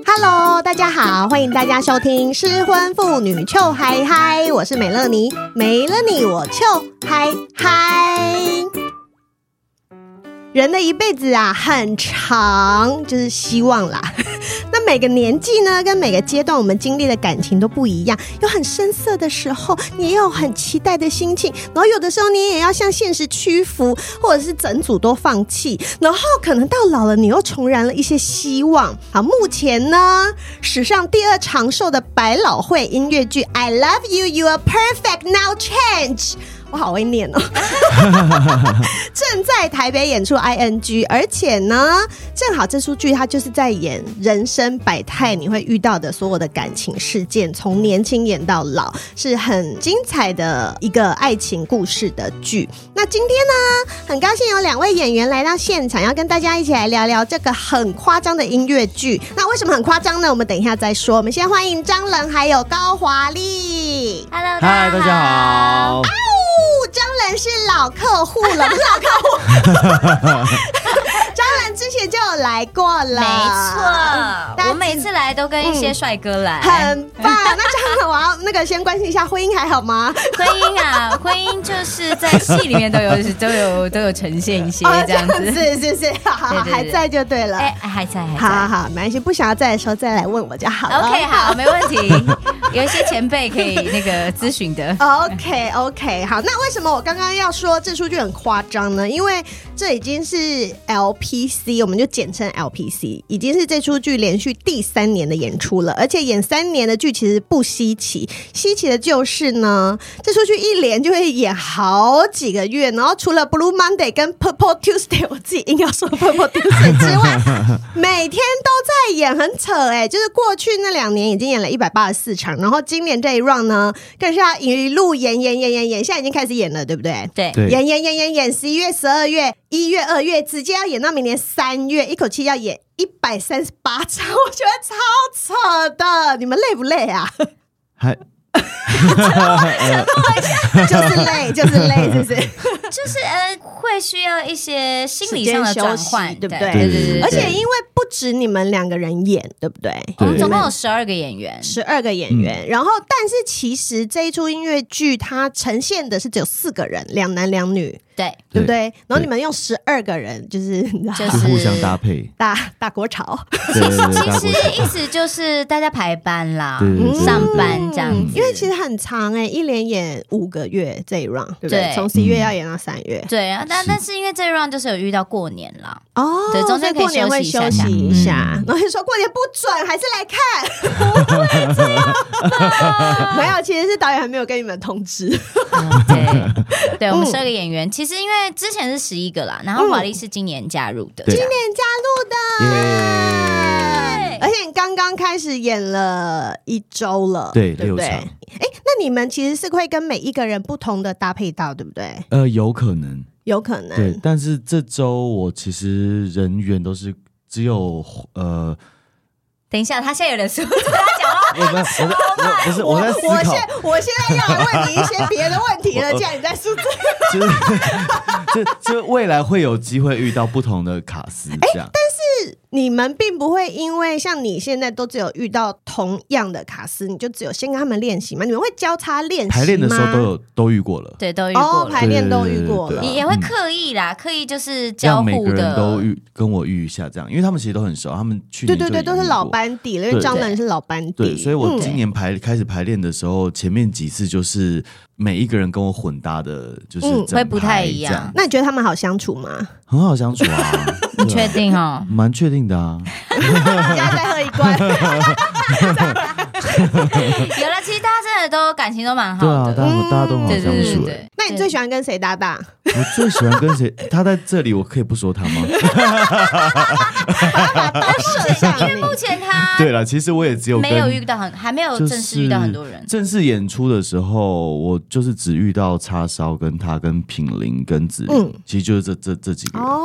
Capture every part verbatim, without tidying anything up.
Hello， 大家好，欢迎大家收听失婚妇女糗嗨嗨，我是美乐妮，没了你我糗嗨嗨。人的一辈子啊很长，就是希望啦。那每个年纪呢，跟每个阶段我们经历的感情都不一样，有很深色的时候，你也有很期待的心情，然后有的时候你也要向现实屈服，或者是整组都放弃，然后可能到老了你又重燃了一些希望。好，目前呢史上第二长寿的百老汇音乐剧 I Love You You Are Perfect Now Change，我好会念哦正在台北演出 I N G， 而且呢正好这出剧它就是在演人生百态你会遇到的所有的感情事件，从年轻演到老，是很精彩的一个爱情故事的剧。那今天呢很高兴有两位演员来到现场，要跟大家一起来聊聊这个很夸张的音乐剧。那为什么很夸张呢？我们等一下再说。我们先欢迎张仁还有高华丽。 Hello， 大家好。 张仁是老客户了，不是老客户张仁之前就有来过了， 没错，我每次来都跟一些帅哥来、 嗯、很棒。那张仁，我要那个先关心一下，婚姻还好吗？ 婚姻啊，婚姻就是在戏里面都有都有都有呈现一些这样子，哦、 是是是，好好，对对对，还在就对了。 哎、欸，还在还在， 好好好，没关系，不想要在的时候再来问我就好了。 OK， 好，没问题有一些前辈可以那个咨询的。 OK OK， 好，那为什么我刚刚要说这出剧很夸张呢？因为这已经是 L P C， 我们就简称 L P C， 已经是这出剧连续第三年的演出了，而且演三年的剧其实不稀奇，稀奇的就是呢这出剧一连就会演好几个月，然后除了 Blue Monday 跟 Purple Tuesday 我自己硬要说 Purple Tuesday 之外每天都在演，很扯哎、欸！就是过去那两年已经演了一百八十四场，然后今年这一 round 呢更是要一路演演演演演，现在已经开始演了，对不对？ 对， 演演演演演，十一月、十二月、一月、二月，直接要演到明年三月，一口气要演一百三十八场，我觉得超扯的。你们累不累啊？ 还就是累，就是累，是不是？ 就是呃，会需要一些心理上的转换， 对不对？ 对对对对。 而且因为不止你们两个人演，对不对？ 我们总共有十二个演员， 十二个演员。嗯、然后，但是其实这一出音乐剧它呈现的是只有四个人，两男两女。 对， 对不对？然后你们用十二个人，就是就是互相搭配， 大大国潮。 其实其实意思就是大家排班啦， 对对对， 上班这样子。 因为其实很长哎、欸，一连演五个月这一 round， 对不对？从十一月要演到三月。 对啊，但但是因为这一 round 就是有遇到过年啦， 哦， 对，中间可以休息一下， 休息一下。嗯、然后你说过年不准，还是来看？不会这样没有，其实是导演还没有跟你们通知。 嗯、对，对我们十二个演员，其实因为之前是十一个啦，然后华丽是今年加入的， 今年加入的， 耶！ 而且你刚刚开始演了一周了， 对， 对不对？ 六场。 哎，那你们其实是会跟每一个人不同的搭配到，对不对？ 呃，有可能， 有可能。 对，但是这周我其实人员都是只有呃。 等一下，他现在有点说他讲话， 我在，我在，不是我在思考。 我现我现在要来问你一些别的问题了，既然你在说这个， 就是就就未来会有机会遇到不同的卡司这样。 但是你们并不会因为像你现在都只有遇到同样的卡司，你就只有先跟他们练习吗？你们会交叉练习吗？ 排练的时候都有都遇过了， 对，都遇过了， 哦，排练都遇过了， 你也会刻意啦，嗯、刻意就是交互的， 让每个人都遇跟我遇一下这样，因为他们其实都很熟，他们去年就对对对都是老班底了，因为张仁是老班底， 对，所以我今年排、嗯、开始排练的时候，前面几次就是每一个人跟我混搭的，就是整排、嗯、 会不太一样。 那你觉得他们好相处吗？ 很好相处啊， 你确定哦？ 蛮确定的啊。 现在再喝一罐。 有了，其实大家真的都感情都蛮好的， 对啊，大家大家都很好相处、欸。 对对对对， 那你最喜欢跟谁搭档？ 我最喜欢跟谁？他在这里，我可以不说他吗？ 因为目前他对了，其实我也只有没有遇到很，还没有正式遇到很多人。 正式演出的时候，我就是只遇到叉烧跟他跟品玲跟子玲、嗯，其实就是这这这几个人。 哦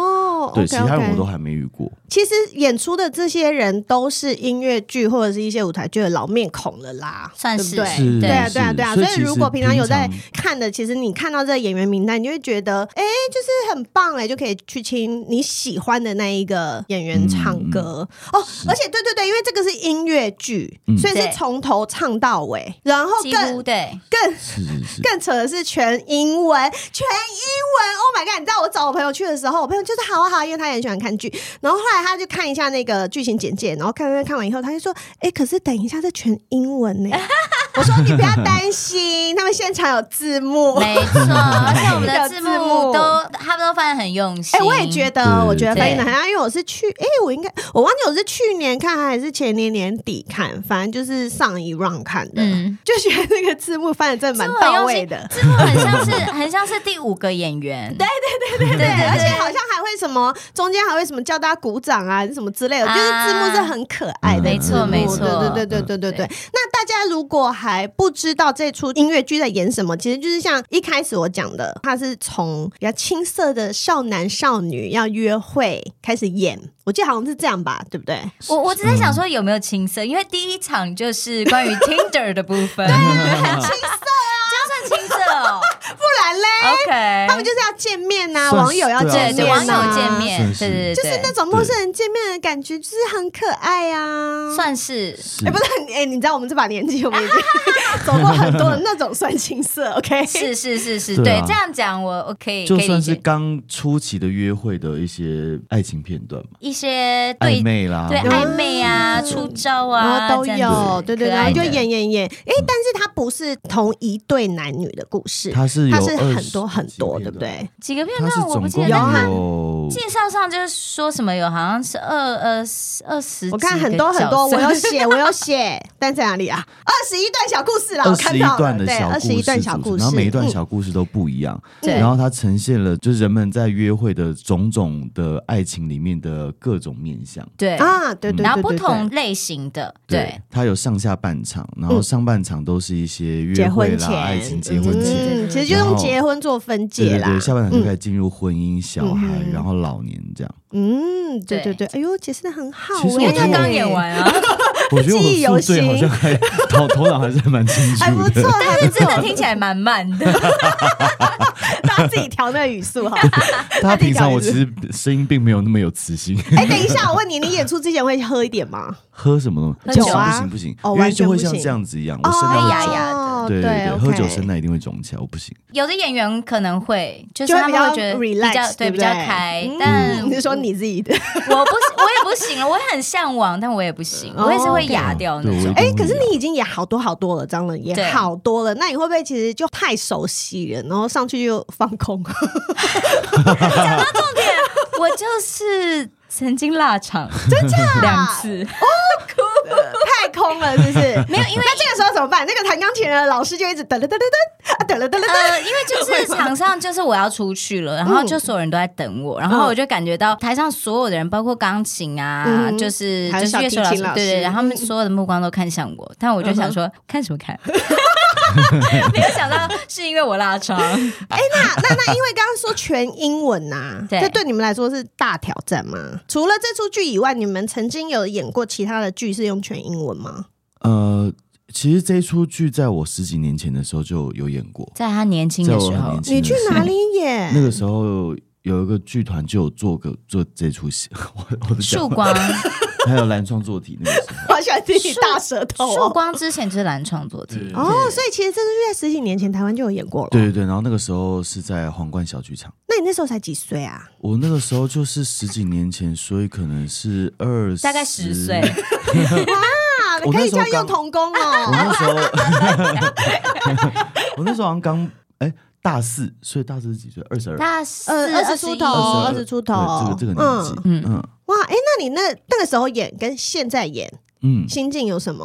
哦， 对， okay, 其他人 okay 我都还没遇过。 其实演出的这些人都是音乐剧或者是一些舞台剧的老面孔了啦， 算是对不对？ 是对啊，对啊，对啊。 所以所以如果平常有在平常看的，其实你看到这个演员名单，你就会觉得，哎，就是很棒哎，就可以去听你喜欢的那一个演员唱歌、嗯、哦。而且，对对对，因为这个是音乐剧，嗯、所以是从头唱到尾，然后更对更是是是更扯的是全英文，全英文。Oh my god！ 你知道我找我朋友去的时候，我朋友就是好啊好啊，因为他也很喜欢看剧，然后后来他就看一下那个剧情简介，然后看看看完以后，他就说：“哎，可是等一下，这全英文呢。”我说：“你不要担心，他们现场有字幕， 没错，而且我们的字幕都他们都翻得很用心。” 哎，我也觉得，我觉得翻译的很好，因为我是去，哎，我应该我忘记我是去年看还是前年年底看，反正就是上一 round 看的，嗯、就觉得那个字幕翻的真的蛮到位的， 字幕很像是很像是第五个演员， 对对对对 对, 对, 对，而且好像还会什么中间还会什么叫大家鼓掌啊，什么之类的，啊、就是字幕是很可爱的， 没错没错， 对对对对对对对。那大家如果还不知道这出音乐剧在演什么，其实就是像一开始我讲的，它是从比较青涩的少男少女要约会开始演，我记得好像是这样吧，对不对？ 我我只在想说有没有青涩，因为第一场就是关于 Tinder 的部分，对， 很青涩啊， 这样算青涩哦， 不然嘞 ，OK， 他们就是要见面呐、啊，网友要见面、啊， 网友见面，对对对， 就是那种陌生人见面的感觉，就是很可爱啊， 算是， 哎、欸，不是，哎、欸，你知道我们这把年纪，我们已经走过很多的那种算青涩 ，OK， 是是是是， 对、啊、 对，这样讲我我可以， 就算是刚初期的约会的一些爱情片段嘛， 一些暧昧啦， 对暧昧啊、嗯、出招啊都有，对对对，然后就演演演，哎、欸，但是它不是同一对男女的故事， 它是它是很多很多，对不对？ 几个片段我不记得， 有介绍上就是说什么有好像是二呃二十， 我看很多很多，我有写我有写，但在哪里啊？二十一段小故事啦，我看到了，对，二十一段小故事， 然后每一段小故事都不一样，嗯、然后它呈现了就是人们在约会的种种的爱情里面的各种面向， 对啊，对 对, 对, 对, 对， 然后不同类型的，对， 对它有上下半场，然后上半场都是一些约会啦、爱情、结婚前， 嗯，其实就用结婚做分界啦， 对对对，下半场就开始进入婚姻、小孩，嗯、然后老年这样。 嗯，对对对，哎呦，解释的很好， 其实因为他刚演完啊， 我觉得我的宿醉好像还头头脑还是蛮清楚的， 还不错， 但是真的听起来蛮慢的。 大家自己调那个语速哈。 他平常我其实声音并没有那么有磁性。 哎，等一下，我问你，你演出之前会喝一点吗？ 喝什么东西？ 酒啊？ 不行不行，因为就会像这样子一样，我声带会哑哑的。 对对对，喝酒声带一定会肿起来，我不行。 有的演员可能会，就是他们会觉得比较对比较开，但你是说你自己的？ 我不，我也不行了，我也很向往，但我也不行，我也是会哑掉那种。 哎，可是你已经也好多好多了，张冷也好多了，那你会不会其实就太熟悉了，然后上去就放空？ 讲到重点，我就是曾经落场， 真假两次哦，哭太空了，是不是？ 没有，因为那这个时候怎么办？那个弹钢琴的老师就一直噔噔噔噔噔啊，噔噔噔噔。 呃，因为就是场上就是我要出去了，然后就所有人都在等我，然后我就感觉到台上所有的人，包括钢琴啊，嗯、就是就是乐手老师，对对，然后他们所有的目光都看向我，但我就想说，嗯、看什么看？没有想到是因为我拉长。哎、 欸，那那那，因为刚刚说全英文呐、啊，这对你们来说是大挑战吗？除了这出剧以外，你们曾经有演过其他的剧是用全英文吗？ 呃，其实这一出剧在我十几年前的时候就有演过， 在他年轻的时候， 你去哪里演？ 那个时候有一个剧团就有做个做这出戏，我的曙光。 还有蓝创作体那个时候， 我好喜欢听你大舌头、哦。 曙光之前就是蓝创作体哦，所以其实这出剧在十几年前台湾就有演过了。 对对对，然后那个时候是在皇冠小剧场。 那你那时候才几岁啊？ 我那个时候就是十几年前，所以可能是二十， 大概十岁。 哇，可以这样用童工哦。 我那时候，我那时候好像刚哎。大四，所以大四是几岁？二十二， 大四二十出头，二十出头， 这个这个年纪，嗯嗯， 哇，哎，那你那那个时候演跟现在演，嗯，心境有什么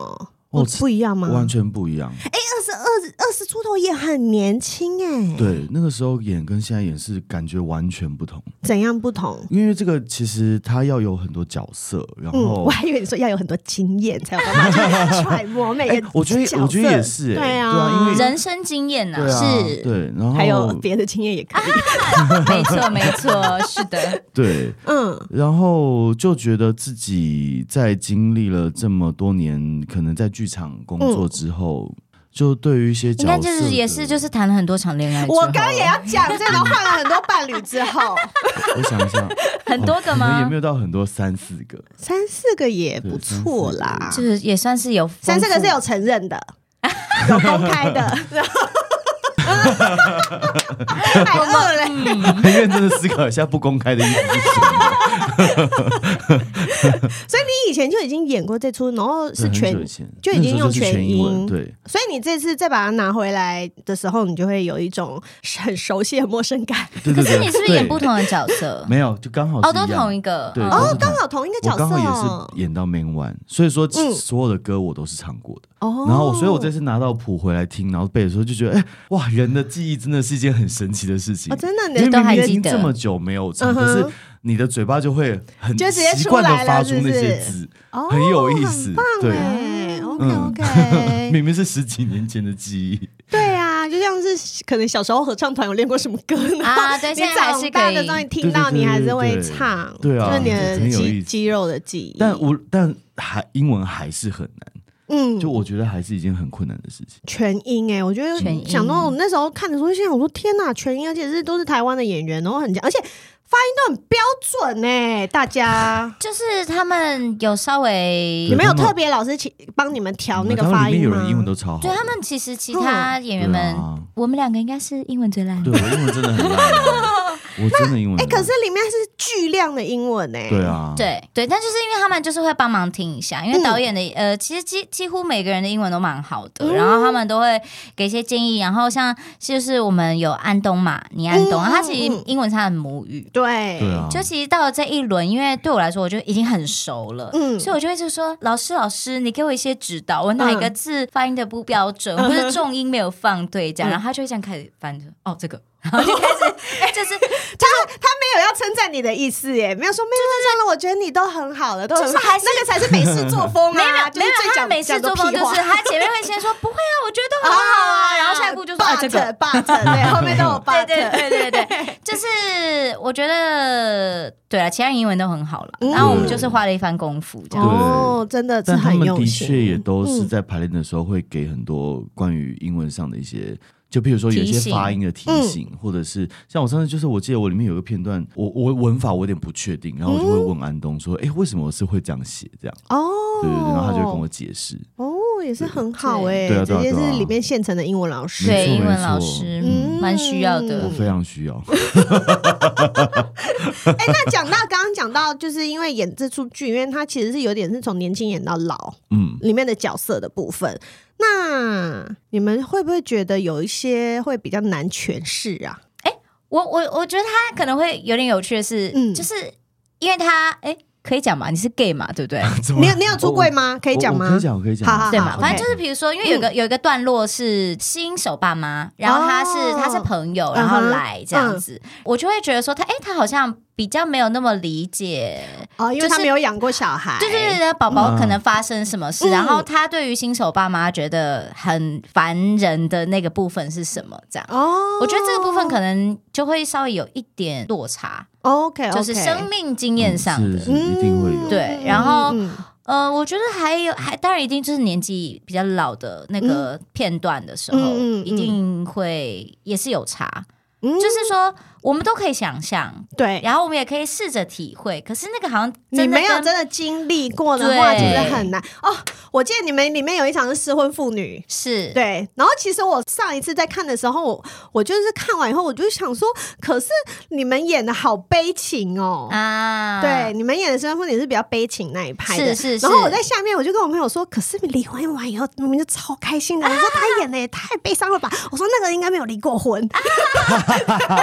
哦，不一样吗？ 完全不一样。 哎，二十二二十出头也很年轻哎。 对，那个时候演跟现在演是感觉完全不同。 怎样不同？ 因为这个其实他要有很多角色，然后、嗯、 我还以为你说要有很多经验才有办法去揣摩每个角色、欸。 我觉得我觉得也是、欸， 对啊， 对啊，因为人生经验呐、啊， 是， 对，然后还有别的经验也可以。 没错，没错，是的， 对，嗯，然后就觉得自己在经历了这么多年，可能在剧场工作之后。嗯，就对于一些角色， 应该就是也是就是谈了很多场恋爱之后， 我刚刚也要讲，这都换了很多伴侣之后， 我想一下， 很多个吗？ 也没有到很多，三四个， 三四个也不错啦， 就是也算是有三四个是有承认的，有公开的。太饿了， 嗯、很认真的思考一下不公开的意思是什么。 所以你以前就已经演过这出，然后是全就已经用全英， 对。 所以你这次再把它拿回来的时候，你就会有一种很熟悉的陌生感。 对对对， 可是你是不是演不同的角色？ 没有，就刚好哦，都同一个， 对， 哦，刚好同一个角色， 我刚好也是演到 main one， 所以说、嗯、所有的歌我都是唱过的。哦，然后所以我这次拿到谱回来听，然后背的时候就觉得，哎，哇，人的记忆真的是一件很神奇的事情。 哦，真的， 你都还记得， 因为明明这么久没有唱，可是你的嘴巴就会很习惯的发出那些字， 哦、 很有意思。 对 ，OK OK， 明明是十几年前的记忆。 对啊，就像是可能小时候合唱团有练过什么歌呢？ 啊，对，现在还是可以。 的时候你听到你还是会唱， 对啊， 就是你的肌肌肉的记忆。 但我但还英文还是很难。嗯，就我觉得还是一件很困难的事情。 全英哎、欸，我觉得想到我那时候看的时候，心想我说天哪，全英，而且是都是台湾的演员，然后很强，而且发音都很标准哎、欸，大家就是他们有稍微， 你们有特别老师请帮你们调那个发音吗？ 里面有人英文都超好， 对他们其实其他演员们，嗯、我们两个应该是英文最烂， 对，我英文真的很烂。我真的英文哎、欸，可是里面是巨量的英文哎、欸， 对啊， 对对，但就是因为他们就是会帮忙听一下，因为导演的、嗯、呃，其实几几乎每个人的英文都蛮好的、嗯，然后他们都会给一些建议，然后像就是我们有安东嘛，倪安东，嗯、他其实英文是他的母语， 对， 对啊， 就其实到了这一轮，因为对我来说我就已经很熟了，嗯，所以我就会就说老师老师，你给我一些指导，我哪一个字发音的不标准，嗯、或者重音没有放对，这样，嗯、然后他就会这样开始翻着，哦，这个。然后就开始，就是他他没有要称赞你的意思耶，没有说没有称赞了，我觉得你都很好了，都很好，就是还是那个才是美式作风啊， 没有没有， 他美式作风就是他前面会先说不会啊，我觉得都很好啊，然后下一步就说啊这个 but 对，后面都有 but， 对对对对对，就是我觉得对啊，其他人英文都很好了，然后我们就是花了一番功夫这样哦，真的是很用心， 但他们的确也都是在排练的时候会给很多关于英文上的一些。就譬如说有一些发音的提醒，嗯、或者是像我上次就是我记得我里面有一个片段，我我文法我有点不确定，然后我就会问安东说，哎、欸，为什么我是会这样写这样？哦，对对对，然后他就会跟我解释。哦， 也是很好哎、欸， 对啊， 直接是里面现成的英文老师， 对，英文老师蛮、嗯、需要的， 我非常需要。 哎、欸，那讲到刚刚讲到，就是因为演这出剧，因为它其实是有点是从年轻演到老，嗯，里面的角色的部分。那你们会不会觉得有一些会比较难诠释啊？ 哎、欸，我我我觉得他可能会有点有趣的是，嗯，就是因为他哎。欸可以讲嘛？你是 gay 嘛？对不对？ 你有你有出柜吗？可以讲吗？ 可以讲，可以讲， 好好好， 对嘛？反正就是比如说，因为有个、嗯、有一个段落是新手爸妈，然后他是、哦、他是朋友，然后来这样子，嗯、我就会觉得说他哎，他好像比较没有那么理解哦，因为他没有养过小孩， 对对对，宝宝可能发生什么事，嗯、然后他对于新手爸妈觉得很烦人的那个部分是什么？这样哦，我觉得这个部分可能就会稍微有一点落差。 OK， okay 就是生命经验上的， 嗯、是是一定会有。 对，然后、嗯、呃，我觉得还有，还当然一定就是年纪比较老的那个片段的时候，嗯、一定会也是有差。嗯、就是说，我们都可以想象， 对， 然后我们也可以试着体会。可是那个好像你没有真的经历过的话，其实很难哦。我记得你们里面有一场是失婚妇女， 是对。然后其实我上一次在看的时候，我我就是看完以后，我就想说，可是你们演的好悲情哦啊！对，你们演的失婚妇女是比较悲情那一派的， 是是是。 然后我在下面我就跟我朋友说，可是离婚完以后明明就超开心的。我说他演的也太悲伤了吧？我说那个应该没有离过婚。 我我我觉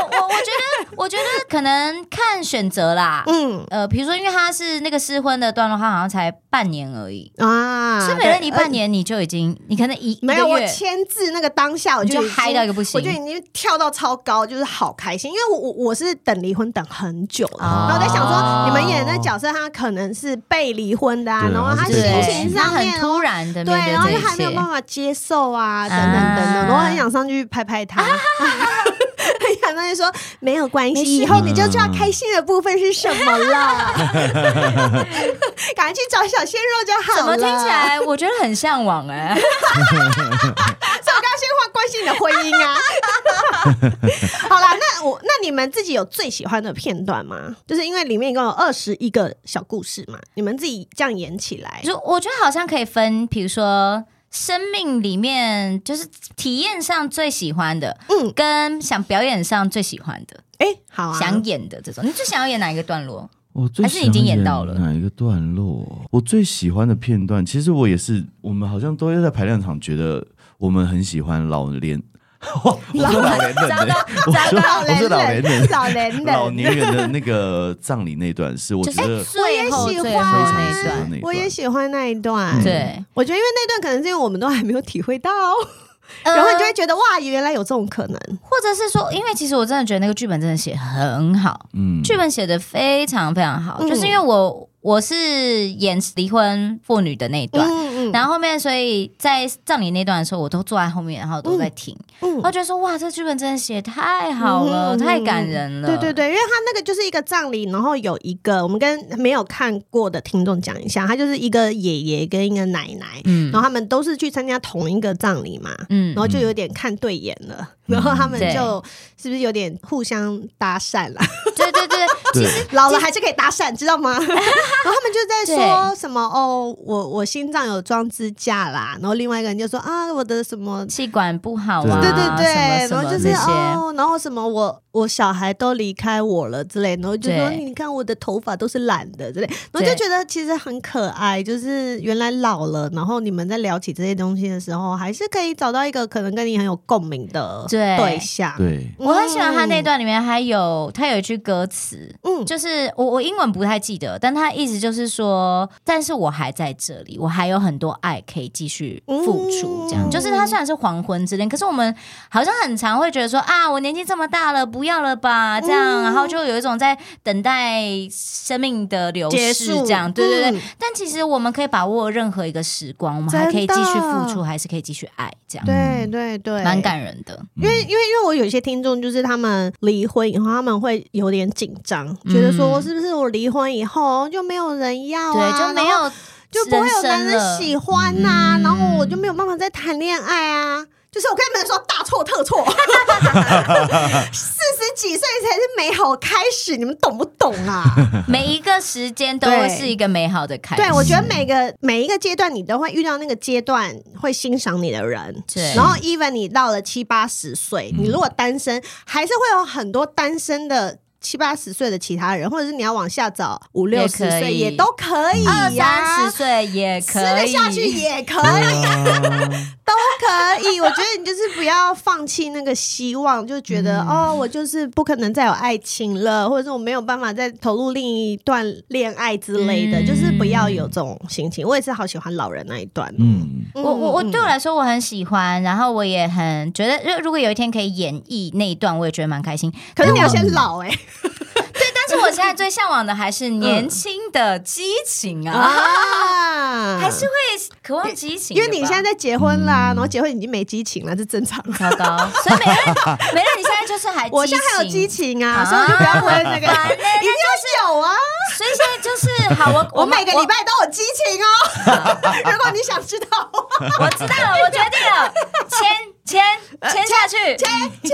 觉得，我觉得可能看选择啦。嗯，呃，比如说，因为他是那个失婚的段落，他好像才半年而已啊，所以美乐妮半年你就已经，你可能一没有我签字那个当下，我就嗨到一个不行， 我就已经跳到超高，就是好开心，因为我我是等离婚等很久了，然后我在想说，你们演的角色他可能是被离婚的啊，然后他心情上面很突然的， 对，然后就还没有办法接受啊，等等等等，然后很想上去拍拍他。很想上去说没有关系，以后你就知道开心的部分是什么了，赶快去找小鲜肉就好了。 怎么听起来我觉得很向往哎、欸？所以我刚刚先话关心你的婚姻啊。好啦，那我那你们自己有最喜欢的片段吗？就是因为里面一共有二十一个小故事嘛，你们自己这样演起来， 就我觉得好像可以分，比如说。生命里面就是体验上最喜欢的，嗯，跟想表演上最喜欢的， 哎、欸，好、啊， 想演的这种，你最想要演哪一个段落？ 我最还是已经演到了哪一个段落？我最喜欢的片段，其实我也是，我们好像都在排练场觉得我们很喜欢老年。我是老年人的，我是老年人， 老年人， 老年人的那个葬礼那段是我觉得最后最后那一段， 我也喜欢那一段。 对， 我觉得因为那段可能是因为我们都还没有体会到。然后你就会觉得哇，原来有这种可能， 或者是说，因为其实我真的觉得那个剧本真的写很好，嗯，剧本写的非常非常好，嗯、就是因为我我是演离婚妇女的那一段，嗯嗯、然后后面所以在葬礼那段的时候，我都坐在后面，然后都在听，嗯，我觉得说哇，这剧本真的写太好了，嗯、太感人了， 对对对，因为他那个就是一个葬礼，然后有一个我们跟没有看过的听众讲一下，他就是一个爷爷跟一个奶奶，嗯，然后他们都是去参加同一个葬礼嘛，嗯，然后就有点看对眼了，嗯、然后他们就是不是有点互相搭讪啦？ 对对对， 其实老了还是可以搭讪，知道吗？然后他们就在说什么哦，我我心脏有装支架啦，然后另外一个人就说啊，我的什么气管不好啊， 对对对， 什么然后就是哦，然后什么我我小孩都离开我了之类，然后就说你看我的头发都是染的之类，然后就觉得其实很可爱，就是原来老了，然后你们在聊起这些东西的时候，还是可以找到一个可能跟你很有共鸣的对象。 对， 我很喜欢他那段里面还有他有一句歌词，嗯，就是我我英文不太记得，但他意思就是说，但是我还在这里，我还有很多爱可以继续付出，这样、嗯、就是他虽然是黄昏之恋，可是我们好像很常会觉得说啊，我年纪这么大了，不要了吧，这样，嗯、然后就有一种在等待生命的流逝，这样，对对对、嗯。但其实我们可以把握任何一个时光，我们还可以继续付出，还是可以继续爱，这样， 对对对， 蛮感人的。 因为因为因为我有一些听众，就是他们离婚以后，他们会有点紧张，嗯、觉得说是不是我离婚以后就没有人要啊， 对，就没有。 就不会有男人喜欢呐、啊，然后我就没有办法再谈恋爱啊。就是我跟你们说，大错特错，四十几岁才是美好开始，你们懂不懂啊？ 每一个时间都会是一个美好的开始。 对，我觉得每个每一个阶段，你都会遇到那个阶段会欣赏你的人。对，然后 even 你到了七八十岁，你如果单身，还是会有很多单身的。七八十岁的其他人，或者是你要往下找五六十岁也都可以呀、啊， 二三十岁也可以，吃得下去也可以，都可以。我觉得你就是不要放弃那个希望，就觉得、嗯、哦，我就是不可能再有爱情了，或者是我没有办法再投入另一段恋爱之类的、嗯，就是不要有这种心情。我也是好喜欢老人那一段，嗯， 我我我对我来说我很喜欢，然后我也很觉得，如果有一天可以演绎那一段，我也觉得蛮开心。 可是你要先老哎、欸。 对，但是我现在最向往的还是年轻的激情啊，啊还是会渴望激情， 因为你现在在结婚啦，然后结婚已经没激情了，这正常。 糟糕，所以美乐美乐你现在就是还激情， 我现在还有激情啊，啊所以我就不要问那个，一定要有啊。 所以现在就是好，我我每个礼拜都有激情哦。如果你想知道， 我知道了，我决定了，签。签签下去， 签签，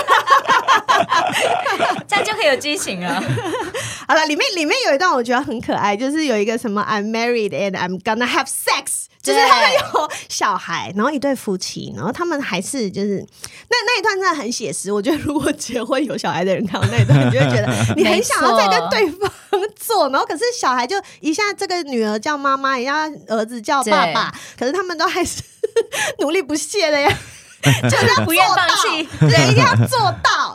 这样就可以有激情了。 好了，里面里面有一段我觉得很可爱，就是有一个什么 I'm married and I'm gonna have sex， 就是他们有小孩，然后一对夫妻，然后他们还是就是那那一段真的很写实。我觉得如果结婚有小孩的人看到那一段，你就会觉得你很想要再跟对方做，然后可是小孩就一下这个女儿叫妈妈，一下儿子叫爸爸，可是他们都还是努力不懈的呀。就是要不愿放弃， 对，一定要做到。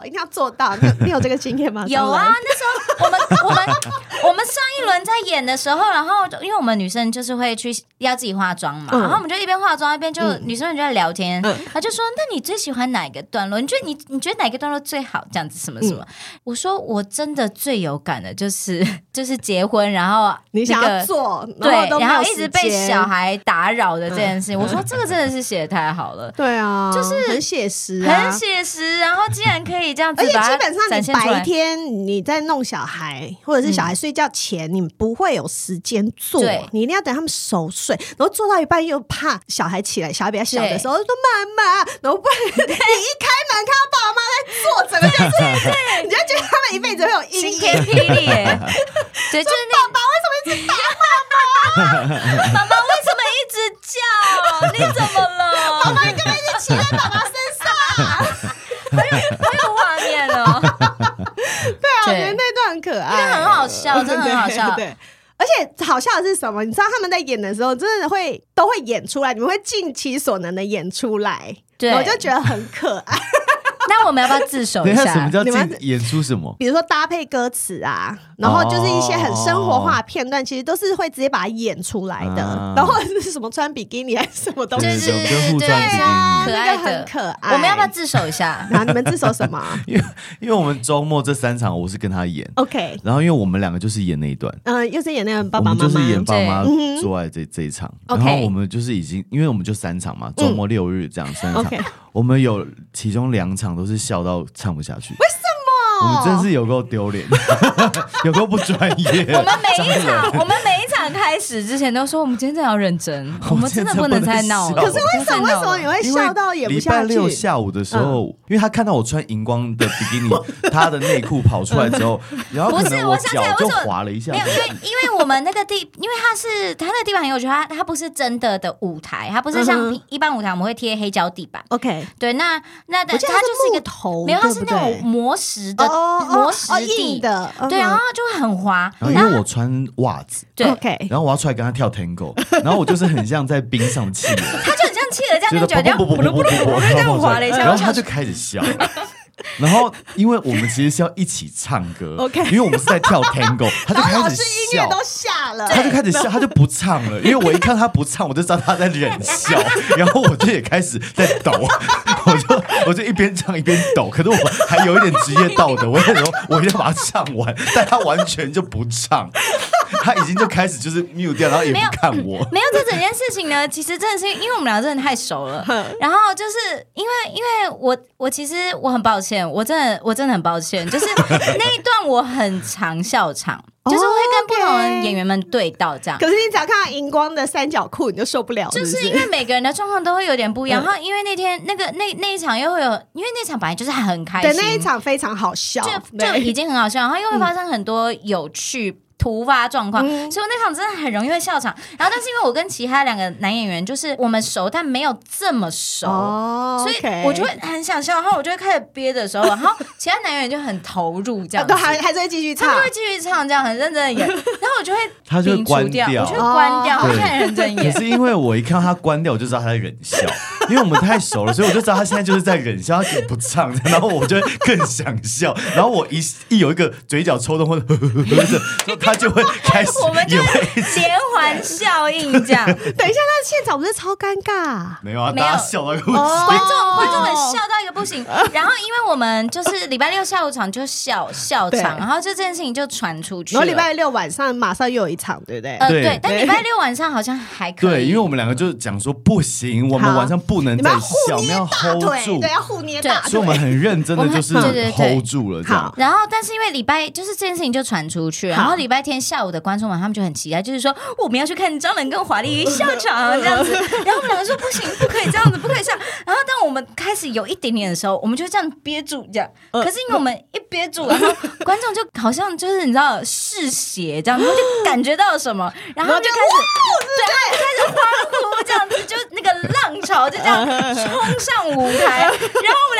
一定要做到。你有你有这个经验吗？ 有啊，那时候我们我们我们上一轮在演的时候，然后因为我们女生就是会去要自己化妆嘛，嗯、然后我们就一边化妆一边就、嗯、女生们就在聊天，嗯、他就说：“那你最喜欢哪一个段落？你觉得你你觉得哪个段落最好？这样子什么什么？”嗯、我说：“我真的最有感的就是就是结婚，然后、那個、 你想要做对，然后一直被小孩打扰的这件事情。嗯”我说：“这个真的是写得太好了。” 对啊，就是很写实、啊， 很写实。然后竟然可以这样子， 而且基本上你白天你在弄小孩，或者是小孩睡觉前，嗯、你不会有时间做，你一定要等他们熟睡，然后做到一半又怕小孩起来，小孩比较小的时候就说妈妈，然后不然你一开门看到爸爸妈妈在做，整个就是对，你就觉得他们一辈子会有阴影， 晴天霹雳耶！对，就是爸爸为什么一直打妈妈？ 妈妈为什么一直叫？你怎么了？ 妈妈你干嘛一直骑在爸爸身上？ 很有很有画面哦。 对啊，我觉得那段很可爱， 因为很好笑，真的很好笑。 对。而且好笑的是什么？你知道他们在演的时候，真的会都会演出来，你们会尽其所能的演出来，对，我就觉得很可爱。 那我们要不要自首一下？ 什么叫进演出什么？ 比如说搭配歌词啊，然后就是一些很生活化的片段，其实都是会直接把它演出来的。啊、然后是什么穿比基尼还是什么东西？ 就是互穿比基尼， 可爱的，很可爱。 我们要不要自首一下？ 然后你们自首什么？ 因为因为我们周末这三场我是跟他演 ，OK。 然后因为我们两个就是演那一段， 嗯、呃，又是演那个爸爸妈妈， 我们就是演爸妈做爱这这一场。然后我们就是已经，因为我们就三场嘛，周末六日这样三场。 OK。 我们有其中两场都是笑到唱不下去， 为什么？ 我们真是有够丢脸，有够不专业。 我们每一场，我们每一场开始之前都说，我们今天真的要认真，我们真的不能再闹了。 可是为什么？为什么你会笑到演不下去？ 礼拜六下午的时候，嗯、因为他看到我穿荧光的比基尼，他的内裤跑出来之后，然后可能我脚就滑了一下。 没有，因为因为我们那个地，因为它是它那个地板很有趣，它它不是真的的舞台，它不是像一般舞台我们会贴黑胶地板。 OK。 对，那那它就是一个头， 没有，它是那种磨石的磨石地的， 对，然后就会很滑。 然后因为我穿袜子， 对， 然后我要出来跟他跳 tango， 然后我就是很像在冰上企鹅， 他就很像企鹅这样，那个脚这样，不不不不不不，这样滑了一下， 然后他就开始笑。然后，因为我们其实是要一起唱歌 ，OK， 因为我们是在跳 tango， 他就开始笑， 音乐都下了， 他就开始笑，他就不唱了。因为我一看他不唱，我就知道他在忍笑，然后我就也开始在抖，我就我就一边唱一边抖。可是我还有一点职业道德，我那时候我一定要把它唱完，但他完全就不唱，他已经就开始就是 mute 掉，然后也不看我。 没有，这整件事情呢，其实真的是因为我们俩真的太熟了，然后就是因为因为我我其实我很抱歉。我真的，我真的很抱歉，就是那一段我很常笑场，就是会跟不同的演员们对到这样。 可是你只要看到荧光的三角裤，你就受不了， 就是因为每个人的状况都会有点不一样。然后因为那天那个那那一场又会有，因为那场本来就是很开心， 对，那一场非常好笑， 就就已经很好笑，然后又会发生很多有趣。突发状况，嗯、所以我那场真的很容易会笑场。然后，但是因为我跟其他两个男演员就是我们熟，但没有这么熟，哦、所以我就会很想笑。然后我就会开始憋的时候，然后其他男演员就很投入，这样子， 都还还是会继续唱， 他们会继续唱，这样很认真的演。然后我就会他就会关掉， 我就会关掉，我看认真演。 可是因为我一看到他关掉，我就知道他在忍笑，因为我们太熟了，所以我就知道他现在就是在忍笑，他不唱，然后我就会更想笑。然后我一一有一个嘴角抽动或者呵呵呵的，他就会开始。 我们就连环效应这样。等一下，那现场不是超尴尬？ 没有啊，大家笑到一个不行， 哦、观众观众们笑到一个不行。然后，因为我们就是礼拜六下午场就笑笑场，然后就这件事情就传出去了。 然后礼拜六晚上马上又有一场，对不对？ 呃，对。但礼拜六晚上好像还可以。 对，因为我们两个就讲说不行，我们晚上不能再笑，我们要 hold 住， 对，要互捏大腿。 所以我们很认真的就是 hold 住了这样。 然后，但是因为礼拜就是这件事情就传出去，然后礼拜天下午的观众们他们就很期待，就是说我们要去看张冷跟华丽笑场这样子。然后我们两个说不行，不可以这样子，不可以笑。然后当我们开始有一点点的时候，我们就这样憋住这样。可是因为我们一憋住，然后观众就好像就是你知道嗜血这样，然后就感觉到什么，然后就开始对，开始欢呼这样子，就那个浪潮就这样冲上舞台。然后我们两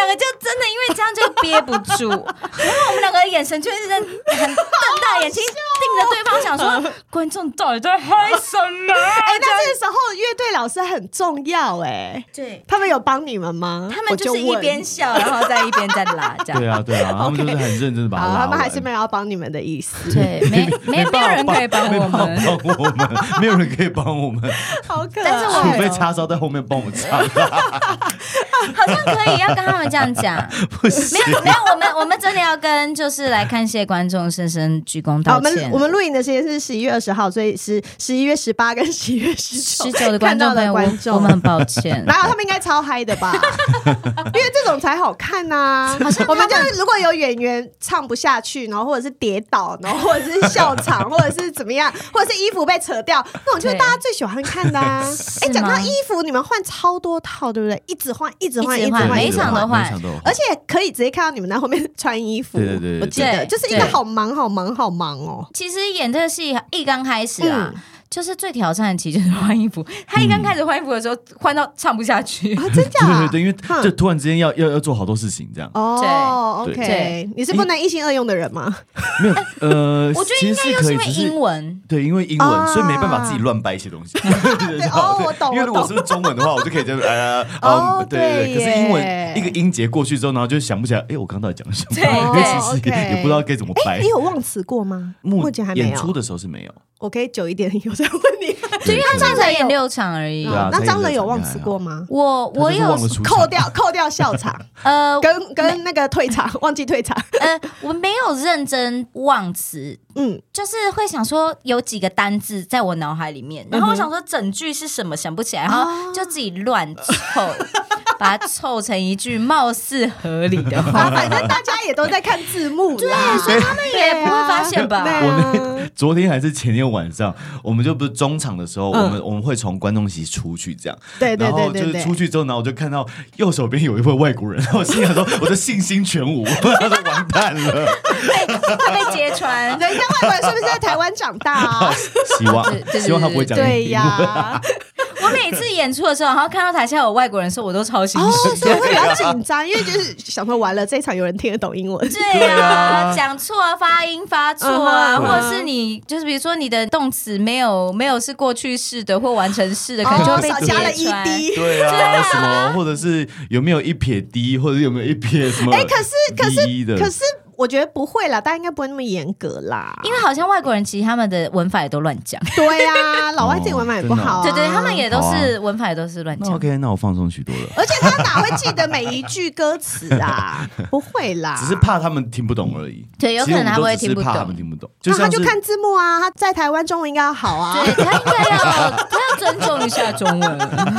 两个就真的因为这样就憋不住，然后我们两个的眼神就一直在很瞪大眼睛盯着对方，想说观众到底在嗨什么？ 哎、欸，那这个时候乐队老师很重要哎、欸， 对， 他们有帮你们吗？ 他们就是一边笑，然后再一边在拉，这样。 对啊，对啊，他们就是很认真的把它拉完。 他们还是没有要帮你们的意思。 对，没没没有人可以帮我们， 帮我们，没有人可以帮我们。 好可爱， 但是我除非叉烧在后面帮我们唱。 好像可以，要跟他们这样讲。 不行， 没有没有，我们我们真的要跟就是来看戏的观众深深鞠躬道歉。 我们我们录影的时间是十一月二十号，所以是十一月十八跟十一月十十九的观众朋友，观众我们很抱歉。 然后他们应该超嗨的吧？因为这种才好看呐、啊。我们就是如果有演员唱不下去，然后或者是跌倒，然后或者是笑场，或者是怎么样，或者是衣服被扯掉，那种就是大家最喜欢看的啊。哎，讲到衣服，你们换超多套，对不对？一直换，一直换，一直换， 每一场都换， 而且可以直接看到你们在后面穿衣服。 对对对， 我记得就是一个好忙好忙好忙哦。 其实演这个戏一刚开始啊。嗯，就是最挑战的期就是换衣服，他一刚开始换衣服的时候，换到唱不下去， 啊，真假？ 对对对，因为就突然之间要要要做好多事情，这样。 哦 ，OK， 你是不能一心二用的人吗？ 没有，呃， 我觉得应该又是因为英文， 对，因为英文，所以没办法自己乱掰一些东西。 哦，我懂。 因为如果是中文的话，我就可以这样，呃，哦，对对。可是英文一个音节过去之后，然后就想不起来，哎，我刚到底讲了什么？因为其实也不知道该怎么掰。 你有忘词过吗？目前还没有。 演出的时候是没有。 我可以久一点有再问你， 因为他这样才演六场而已。 那张仁有忘词过吗？ 我我有扣掉扣掉笑场，呃，跟跟那个退场，忘记退场。 呃，我没有认真忘词，嗯，就是会想说有几个单字在我脑海里面，然后我想说整句是什么想不起来，然后就自己乱凑。把它凑成一句貌似合理的话， 反正大家也都在看字幕， 对，所以他们也不会发现吧？ 我那昨天还是前天晚上，我们就不是中场的时候，我们我们会从观众席出去这样， 对对对， 然后就是出去之后，然后我就看到右手边有一位外国人，然后我心想说，我的信心全无，他说完蛋了， 会被揭穿。 人家外国人是不是在台湾长大啊？ 希望希望他不会讲对呀。 我每次演出的时候，然后看到台下有外国人的时候，我都超心虚， 哦，所以会比较紧张，因为就是想说完了这一场有人听得懂英文， 对啊，讲错啊，发音发错啊，或者是你就是比如说你的动词没有没有是过去式的或完成式的，可能就会被少加了一滴， 对啊，什么或者是有没有一撇 d， 或者有没有一撇什么？ 哎，可是可是可是。我觉得不会啦，大家应该不会那么严格啦。 因为好像外国人其实他们的文法也都乱讲。 对啊，老外自己文法也不好、啊。 对对，他们也都是、啊、文法也都是乱讲。 OK， 那我放松许多了。 而且他哪会记得每一句歌词啊？不会啦， 只是怕他们听不懂而已。 对，有可能他会听不懂。 怕他们听不懂， 就那他就看字幕啊。他在台湾中文应该要好啊。 对，他应该要他要尊重一下中文。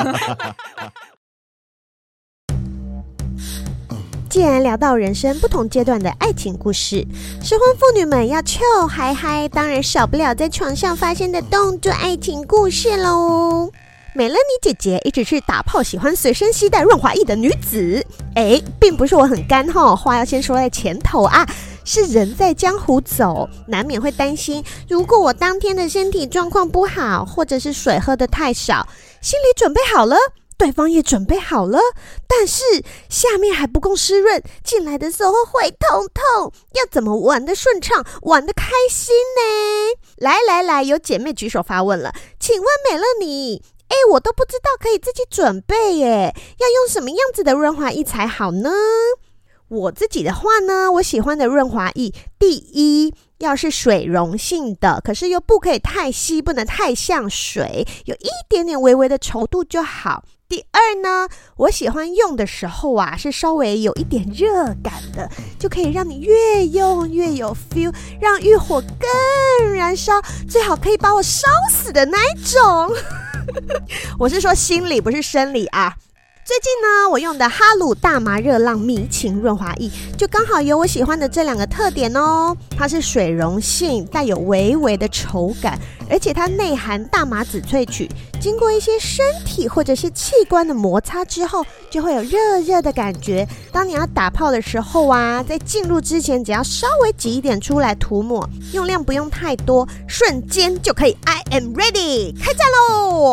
既然聊到人生不同阶段的爱情故事，失婚妇女们要臭嗨嗨，当然少不了在床上发生的动作爱情故事喽。美乐妮姐姐一直是打炮喜欢随身携带润滑液的女子，哎，并不是我很干吼，话要先说在前头啊。是人在江湖走，难免会担心，如果我当天的身体状况不好，或者是水喝得太少，心里准备好了，对方也准备好了，但是下面还不够湿润，进来的时候会痛痛，要怎么玩得顺畅，玩得开心呢？来来来，有姐妹举手发问了，请问美乐妮，哎，我都不知道可以自己准备耶，要用什么样子的润滑液才好呢？我自己的话呢，我喜欢的润滑液，第一要是水溶性的，可是又不可以太稀，不能太像水，有一点点微微的稠度就好。第二呢，我喜欢用的时候啊，是稍微有一点热感的，就可以让你越用越有 feel， 让欲火更燃烧，最好可以把我烧死的那一种。我是说心理，不是生理啊。最近呢，我用的哈鲁大麻热浪迷情润滑液就刚好有我喜欢的这两个特点哦。它是水溶性，带有微微的稠感，而且它内含大麻籽萃取，经过一些身体或者是器官的摩擦之后，就会有热热的感觉。当你要打炮的时候啊，在进入之前只要稍微挤一点出来涂抹，用量不用太多，瞬间就可以 I am ready 开战喽！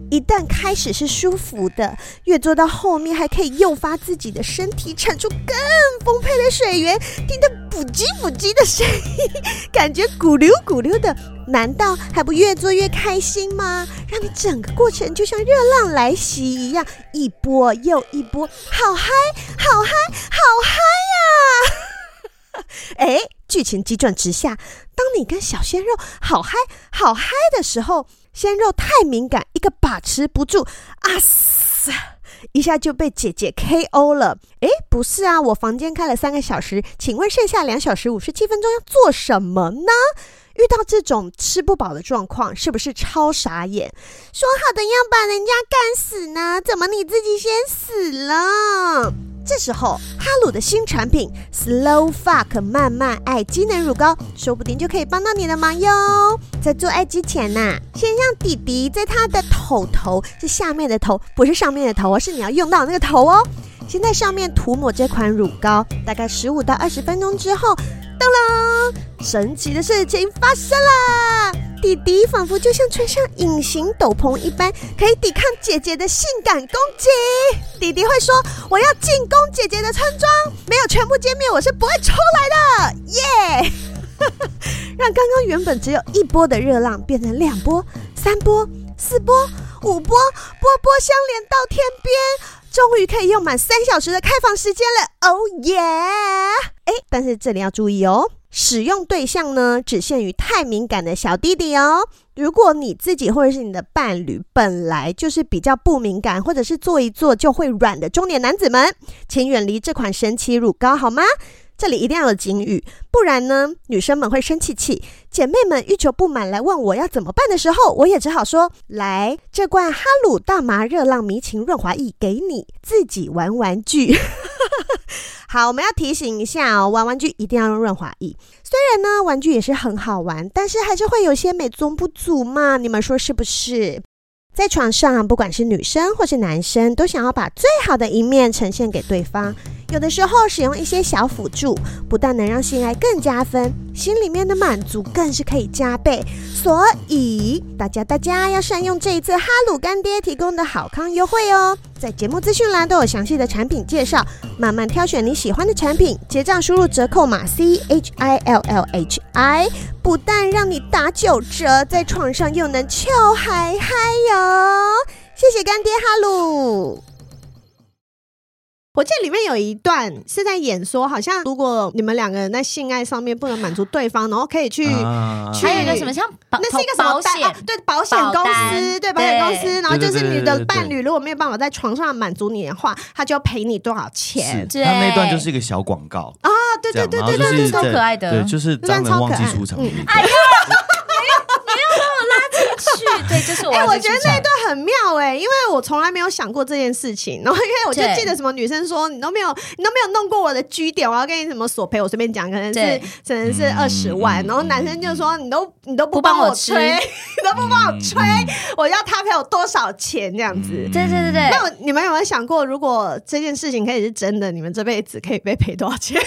一旦开始是舒服的，越做到后面还可以诱发自己的身体产出更丰沛的水源，听得补叽补叽的声音，感觉咕溜咕溜的，难道还不越做越开心吗？让你整个过程就像热浪来袭一样，一波又一波，好嗨好嗨好嗨呀！哎，剧情急转直下，当你跟小鲜肉好嗨好嗨的时候，鲜肉太敏感，一个把持不住，啊嘶，一下就被姐姐 K O 了。诶，不是啊，我房间开了三个小时，请问剩下两小时五十七分钟要做什么呢？遇到这种吃不饱的状况，是不是超傻眼？说好的要把人家干死呢，怎么你自己先死了？这时候哈鲁的新产品 Slow Fuck 慢慢爱机能乳膏说不定就可以帮到你的忙哟。在做爱之前啊，先让弟弟在他的头头，是下面的头，不是上面的头哦，是你要用到那个头哦，先在上面涂抹这款乳膏，大概十五到二十分钟之后，噔噔，神奇的事情发生啦！弟弟仿佛就像穿上隐形斗篷一般，可以抵抗姐姐的性感攻击。弟弟会说：“我要进攻姐姐的村庄，没有全部歼灭，我是不会出来的。”耶！让刚刚原本只有一波的热浪变成两波、三波、四波、五波，波波相连到天边。终于可以用满三小时的开房时间了，哦耶！哎，但是这里要注意哦，使用对象呢只限于太敏感的小弟弟哦。如果你自己或者是你的伴侣本来就是比较不敏感，或者是做一做就会软的中年男子们，请远离这款神奇乳膏好吗？这里一定要有警语，不然呢女生们会生气气。姐妹们欲求不满来问我要怎么办的时候，我也只好说，来，这罐哈鲁大麻热浪迷情润滑液给你自己玩玩具。好，我们要提醒一下哦，玩玩具一定要用润滑液。虽然呢玩具也是很好玩，但是还是会有些美中不足嘛，你们说是不是？在床上，不管是女生或是男生，都想要把最好的一面呈现给对方。有的时候使用一些小辅助，不但能让性爱更加分，心里面的满足更是可以加倍。所以大家大家要善用这一次哈鲁干爹提供的好康优惠哦，在节目资讯栏都有详细的产品介绍，慢慢挑选你喜欢的产品，结账输入折扣码 C H I L L H I， 不但让你打九折，在床上又能秋嗨嗨哟！谢谢干爹哈鲁。我记得里面有一段是在演说，好像如果你们两个人在性爱上面不能满足对方，然后可以去， 啊、 去还有一个什么像保那是一个什么保险、 啊、对保险公司，对保险公司，然后就是你的伴侣如果没有办法在床上满足你的话，他就要赔你多少钱。 他那段就是一个小广告啊，对对对对对对， 超可爱的， 对，就是张人忘记出场的那段。 哎呀，你又把我拉进去，对，就是我。 哎、欸，我觉得那一段很妙哎、欸，因为我从来没有想过这件事情。然后因为我就记得什么女生说你都没有你都没有弄过我的G点，我要跟你什么索赔，我随便讲，可能是可能是二十万、嗯，然后男生就说你都你都不帮我吹，你都不帮我吹、嗯，我要他赔我多少钱这样子？ 对对对对。 那你们有没有想过，如果这件事情可以是真的，你们这辈子可以被赔多少钱？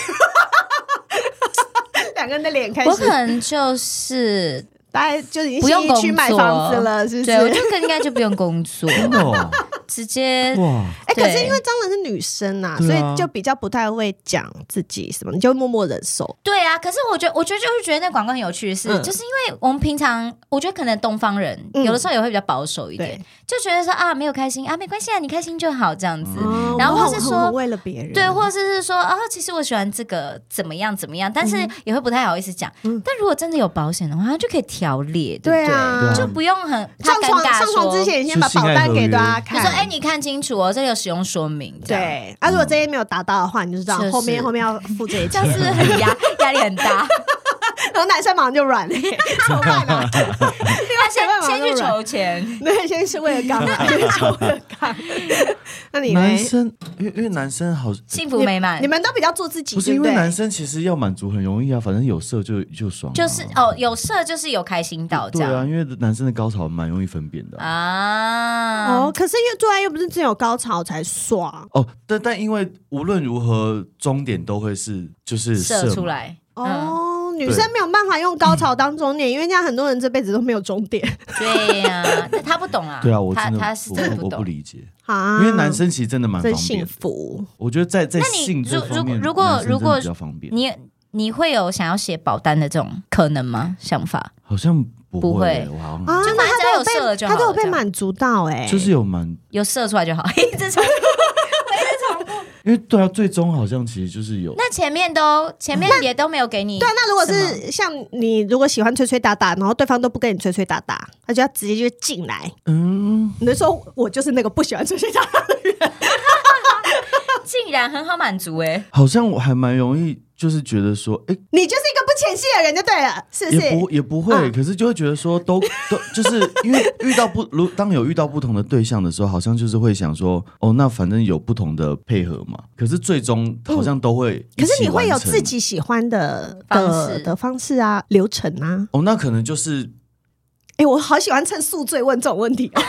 两个人的脸开始， 我可能就是大概就已经去买房子了，是不是？ 对，我就应该就不用工作，直接哇！ 哎、欸，可是因为张人是女生啊，所以就比较不太会讲自己什么，你就默默忍受。 对啊，可是我觉得，我觉得就是觉得那广告很有趣的是、嗯，就是因为我们平常，我觉得可能东方人、嗯、有的时候也会比较保守一点，就觉得说啊，没有开心啊，没关系啊，你开心就好这样子。嗯、然后或是说为了别人， 对，或者是说啊，其实我喜欢这个怎么样怎么样，但是也会不太好意思讲、嗯。但如果真的有保险的话，就可以调列，对不对？ 对啊， 就不用很上床上床之前，先把保单给大家看， 就说哎，你看清楚哦，这里有使用说明。 对，啊，如果这些没有达到的话，你就知道后面后面要付这些钱， 这样是不是很压压力很大？ 然后男生马上就软了，怎么办呢？ 先先去筹钱， 对，先是为了刚，先筹为了刚。那你男生，因为因为男生好幸福美满， 你们都比较做自己， 不是因为男生其实要满足很容易啊，反正有色就就爽、啊， 就是哦，有色就是有开心到这样。 对啊，因为男生的高潮蛮容易分辨的啊。 啊哦，可是因为做爱又不是只有高潮才爽哦，但但因为无论如何终点都会是就是射出来。 哦， 女生没有办法用高潮当终点，因为这样很多人这辈子都没有终点。 对呀、啊，他不懂啊。 对啊，我真的他他是真的不懂， 我不理解啊。 因为男生其实真的蛮方便， 幸福。 我觉得在在性这方面， 如果如果比较方便， 你你会有想要写保单的这种可能吗？想法好像不会， 不会我好像啊，就反正只要有射了就好了， 他都有被满足到哎、欸， 就是有满有射出来就好，一直重复。 因为对啊，最终好像其实就是有。 那前面都前面也都没有给你。 对啊，那如果是像你如果喜欢吹吹打打，然后对方都不跟你吹吹打打，他就要直接就进来。嗯，你就说我就是那个不喜欢吹吹打打的人。 竟然很好满足哎、欸， 好像我还蛮容易，就是觉得说，哎、欸， 你就是一个不前戏的人就对了，是不是？ 也不也不会、嗯，可是就会觉得说都，都都就是因为遇到不如当有遇到不同的对象的时候，好像就是会想说，哦，那反正有不同的配合嘛。可是最终好像都会、 嗯，可是你会有自己喜欢的方式的方式啊，流程啊。 哦，那可能就是， 哎、欸，我好喜欢趁宿醉问这种问题、哦。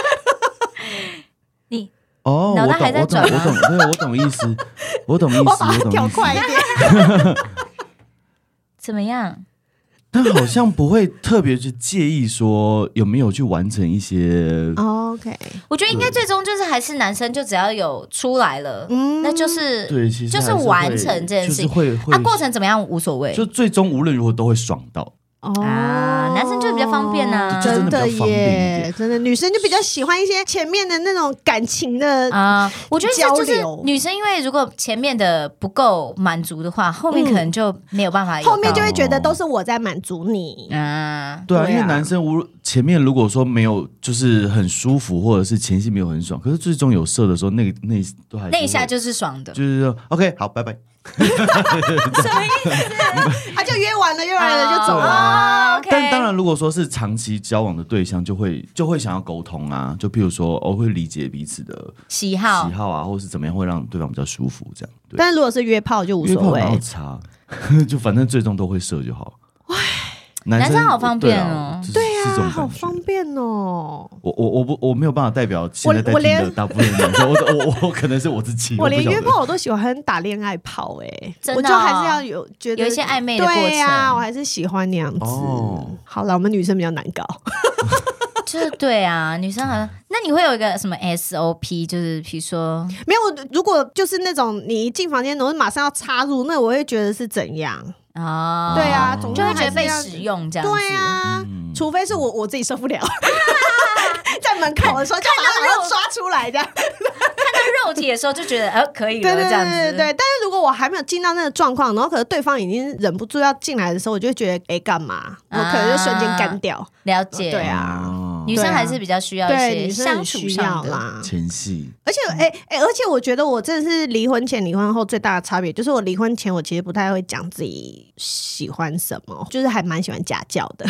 你。 哦，我懂，我懂，我懂，对，我懂意思，我懂意思，我把它调快一点。 怎么样？ 但好像不会特别去介意说有没有去完成一些。 Oh, OK， 我觉得应该最终就是还是男生就只要有出来了，嗯，那就是对，其实就是完成这件事情， 就是会会啊，过程怎么样无所谓， 就最终无论如何都会爽到。 哦、 啊，男生就比较方便啊， 真的耶，真的，女生就比较喜欢一些前面的那种感情的啊。 我觉得这就是女生，因为如果前面的不够满足的话，后面可能就没有办法有、嗯， 后面就会觉得都是我在满足你啊。 对啊，因为男生无前面如果说没有就是很舒服，或者是前戏没有很爽，可是最终有射的时候，那个那都还是那一下就是爽的， 就是说 OK 好，拜拜。 什么意思？ 他、啊、就约完了，约完了就走了。 啊 okay、 但当然，如果说是长期交往的对象，就会就会想要沟通啊，就譬如说，我、哦、会理解彼此的喜好、 喜好啊，或是怎么样会让对方比较舒服，这样。对， 但是如果是约炮就无所谓， 约炮哪有差，就反正最终都会射就好。 男生, 男生好方便哦， 对啊，好方便哦。 我我我不我没有办法代表现在在听的大部分男生，我我 我, 我可能是我自己。 我连约炮我都喜欢打恋爱炮、欸，哎、哦，我就还是要有觉得有一些暧昧的过程。 对呀、啊，我还是喜欢那样子。哦、好了，我们女生比较难搞。 就是对啊，女生好像，那你会有一个什么 S O P， 就是比如说没有，如果就是那种你一进房间，我马上要插入，那我会觉得是怎样？哦，对啊，总就会觉得被使用这样子。 对啊，嗯、除非是我我自己受不了，在门口的时候就马上要抓出来这样。看到肉体的时候就觉得呃可以了， 对对对对对， 这样子。 但是如果我还没有进到那个状况，然后可能对方已经忍不住要进来的时候，我就会觉得哎干嘛？我可能就瞬间干掉。 啊、了解， 对啊， 女生还是比较需要一些相处上的啦， 前戏。 而且哎哎，而且我觉得我真的是离婚前离婚后最大的差别，就是我离婚前我其实不太会讲自己喜欢什么，就是还蛮喜欢家教的。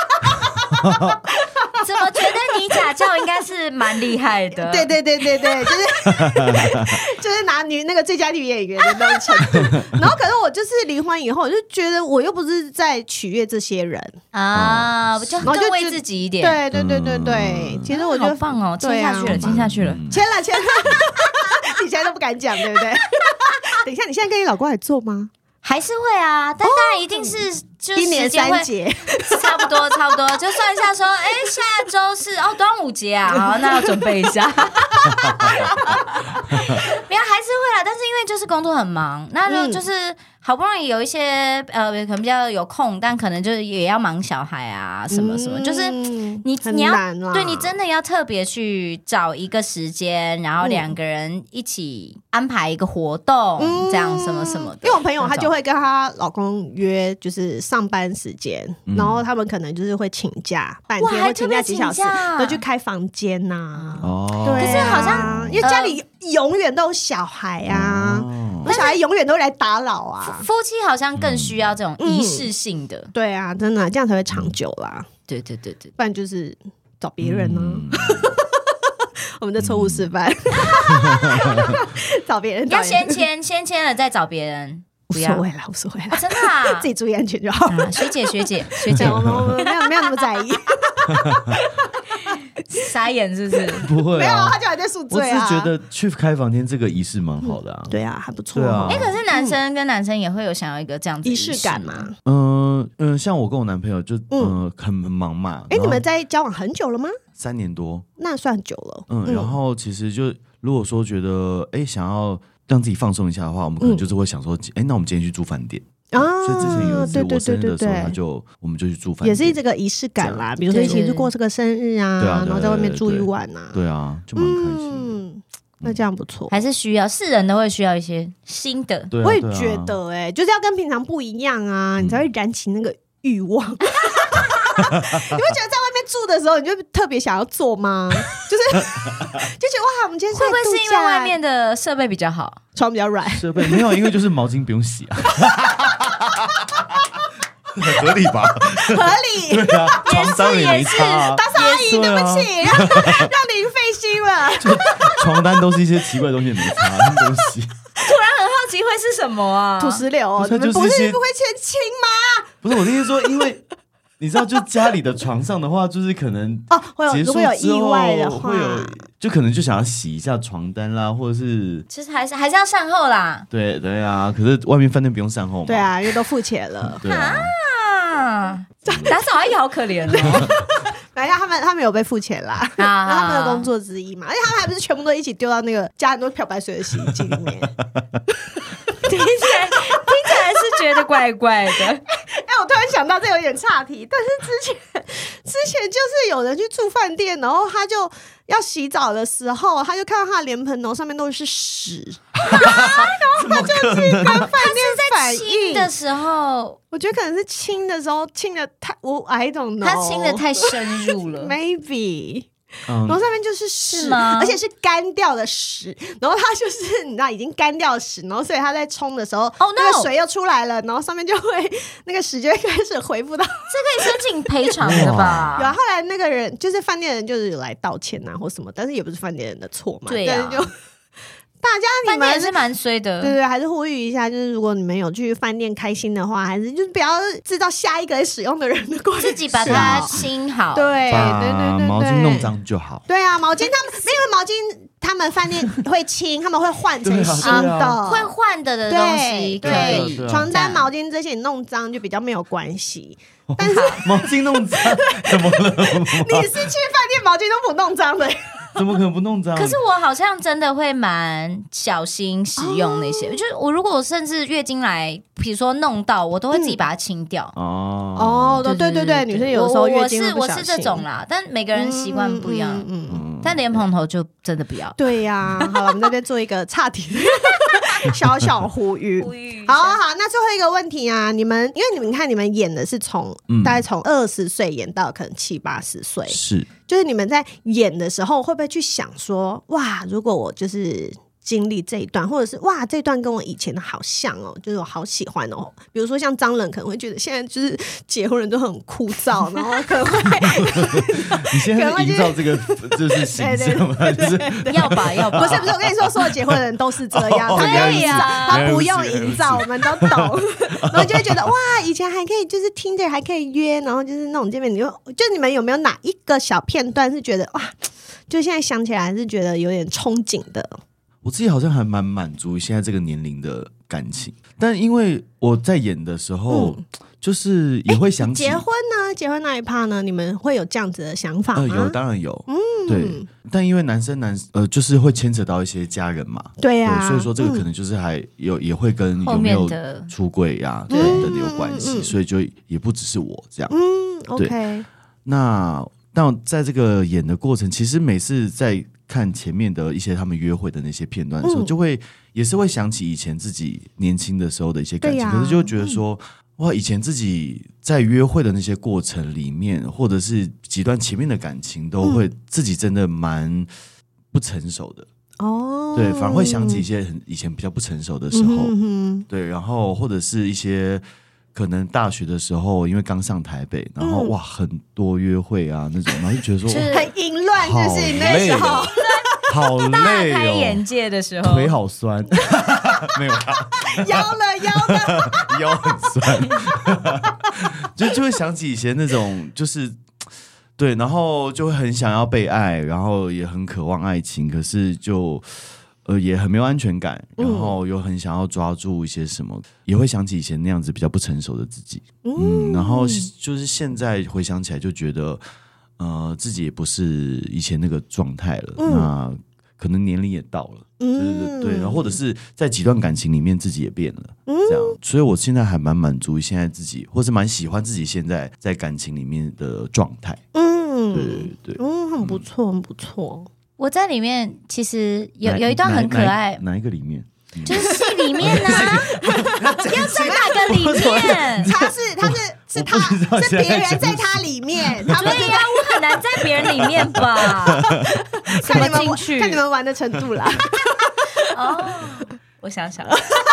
怎么觉得你家教应该是蛮厉害的？ 对对对对对，就是就是拿女那个最佳女演员的那种程度。然后可是我就是离婚以后，我就觉得我又不是在取悦这些人啊， 就更为自己一点。 对对对对对，其实我觉得好棒哦，签下去了，签下去了， 签了签了，你现在都不敢讲，对不对？等一下，你现在跟你老公还做吗？ 还是会啊，但当然一定是、哦、就一年三节， 差不多差不多，就算一下说，哎，下周是哦端午节啊，好，那要准备一下。没有，还是会啦，但是因为就是工作很忙，那就就是。嗯好不容易有一些呃，可能比较有空，但可能就是也要忙小孩啊，什么什么，嗯、就是你你要对你真的要特别去找一个时间，然后两个人一起安排一个活动，嗯、这样什么什么的。 因为我朋友她就会跟她老公约，就是上班时间，嗯、然后他们可能就是会请假半天，或请假几小时，都去开房间呐、啊。哦，对、啊， 可是好像因为家里永远都有小孩啊。哦我小孩永远都来打扰啊！ 夫妻好像更需要这种仪式性的、嗯， 对啊，真的这样才会长久啦。 对对对对， 不然就是找别人呢、啊。嗯、我们的错误示范，嗯、找别人要先签，先签了再找别人， 无所谓啦，无所谓啦、 哦，真的啊， 自己注意安全就好、 啊。学姐学姐学姐， 我们我们没有没有那么在意。 傻眼是不是？ 不会、啊， 没有，他就还在宿醉啊。 我只是觉得去开房间这个仪式蛮好的啊、 嗯。对啊，还不错。 对啊。 哎、欸，可是男生跟男生也会有想要一个这样子仪式感嘛？ 嗯嗯、呃呃，像我跟我男朋友就嗯、呃、很忙嘛。 哎、欸，你们在交往很久了吗？ 三年多， 那算久了。 嗯，嗯然后其实就如果说觉得哎想要让自己放松一下的话，我们可能就是会想说，哎、嗯，那我们今天去住饭店。啊，所以之前有一次我生日的时候，他就我们就去住饭店， 也是这个仪式感啦。比如说一起去过这个生日啊， 对啊， 然后在外面住一晚啊， 对啊，就蛮开心的。 嗯，那这样不错， 还是需要是人都会需要一些新的。 对啊、 我也觉得、欸，哎，就是要跟平常不一样啊，你才会燃起那个欲望。嗯你会觉得在外面住的时候，你就特别想要做吗？就是就觉得哇，我们今天会不会是因为外面的设备比较好， 床比较软？ 设备没有，因为就是毛巾不用洗啊。合理吧？ 合理， 对啊，床单也没擦、啊。 打扫阿姨，对不起，让让您费心了。 床单都是一些奇怪的东西，也没擦，那东西。 突然很好奇会是什么啊？ 土石流哦， 不是，就是、 不是不会前倾吗？ 不是，我的意思说，因为。你知道，就家里的床上的话，就是可能哦，会有如果有意外的话， 会有就可能就想要洗一下床单啦，或者是其实还是还是要善后啦。 对对啊，可是外面饭店不用善后嘛。 对啊，因为都付钱了。 对啊， 啊打扫阿姨好可怜哦。 等一下，他们他们有被付钱啦，那他们的工作之一嘛，而且他们还不是全部都一起丢到那个加很多漂白水的洗衣机里面。 听起来听起来是觉得怪怪的。 哎、欸，我突然想到，这有点岔题，但是之前之前就是有人去住饭店，然后他就要洗澡的时候，他就看到他的莲蓬头上面都是屎，然后他就去跟饭店反映的时候， 我觉得可能是亲的时候亲的太，我 I don't know， 他亲的太深入了 ，maybe。 嗯、 然后上面就是屎， 是吗？ 而且是干掉的屎。然后他就是你知道已经干掉屎，然后所以他在冲的时候， oh, no. 那个水又出来了，然后上面就会那个屎就会开始恢复到。这可以申请赔偿的吧？ 有啊，后来那个人就是饭店人就是有来道歉啊或什么，但是也不是饭店人的错嘛。 对啊。 但是就大家你们也是蛮衰的， 对对，还是呼吁一下，就是如果你们有去饭店开心的话，还是就是不要制造下一个使用的人的关系， 自己把它清好， 对对对对， 毛巾弄脏就好。 对啊，毛巾他们没有毛巾，他们饭店会清，他们会换成新的， 啊、 会换的的东西可以， 对，床单、毛巾这些你弄脏就比较没有关系。但是毛巾弄脏怎么了？ 你是去饭店毛巾都不弄脏的。 怎么可能不弄脏？ 可是我好像真的会蛮小心使用那些，哦、就是我如果甚至月经来，比如说弄到，我都会自己把它清掉。 哦、 嗯、哦，对对对对，女生有时候月经会不小心， 我是我是这种啦，但每个人习惯不一样。嗯嗯嗯嗯， 但莲蓬头就真的不要。 对呀、啊，好了，我们那边做一个岔题小小呼吁。 呼吁好好，那最后一个问题啊，你们因为你们看你们演的是从、嗯、大概从二十岁演到可能七八十岁， 是。 就是你们在演的时候，会不会去想说，哇，如果我就是经历这一段，或者是哇，这段跟我以前的好像哦，就是我好喜欢哦。比如说像张冷可能会觉得现在就是结婚人都很枯燥，然后可能会你现在是营造这个就是形象吗？就是要吧要吧， 不是不是，我跟你说，所有结婚的人都是这样，他不用营造，他不用营造，我们都懂。然后就会觉得哇，以前还可以就是 Tinder 还可以约，然后就是那种见面，你就就你们有没有哪一个小片段是觉得哇，就现在想起来还是觉得有点憧憬的？ 我自己好像还蛮满足现在这个年龄的感情，但因为我在演的时候，嗯、就是也会想起结婚呢，结婚那一趴呢，你们会有这样子的想法吗？ 呃，有，当然有，嗯，对。但因为男生男呃，就是会牵扯到一些家人嘛， 对呀、啊， 所以说这个可能就是还有、嗯、也会跟有没有出柜呀、啊、等等的有关系、嗯，所以就也不只是我这样， 嗯 ，OK。 那但在这个演的过程，其实每次在看前面的一些他们约会的那些片段的时候，嗯、就会也是会想起以前自己年轻的时候的一些感情，啊、可是就会觉得说、嗯，哇，以前自己在约会的那些过程里面，或者是几段前面的感情，都会自己真的蛮不成熟的。哦，对，反而会想起一些很以前比较不成熟的时候，嗯、对，然后或者是一些。可能大学的时候，因为刚上台北，然后、嗯、哇，很多约会啊那种，然后就觉得说很淫乱，就是那时候好累哦， 大开眼界的时候， 腿好酸，没有啦， 腰了腰了， 腰很酸，就就会想起以前那种，就是对，然后就会很想要被爱，然后也很渴望爱情，可是就呃也很没有安全感，然后又很想要抓住一些什么，也会想起以前那样子比较不成熟的自己。嗯，然后就是现在回想起来就觉得，呃，自己也不是以前那个状态了，嗯、那可能年龄也到了。嗯，对对，然后或者是在几段感情里面自己也变了，嗯、这样，所以我现在还蛮满足于现在自己，或是蛮喜欢自己现在在感情里面的状态。嗯，对对对， 嗯，很不错，很不错。 我在里面其实有有一段很可爱， 哪一个里面？ 就是戏里面呢、啊，要在哪个里面？ 他是他是是他是别人在他里面，他对呀、啊，我很难在别人里面吧？ 看你们看你们玩的程度啦。 哦，我想想。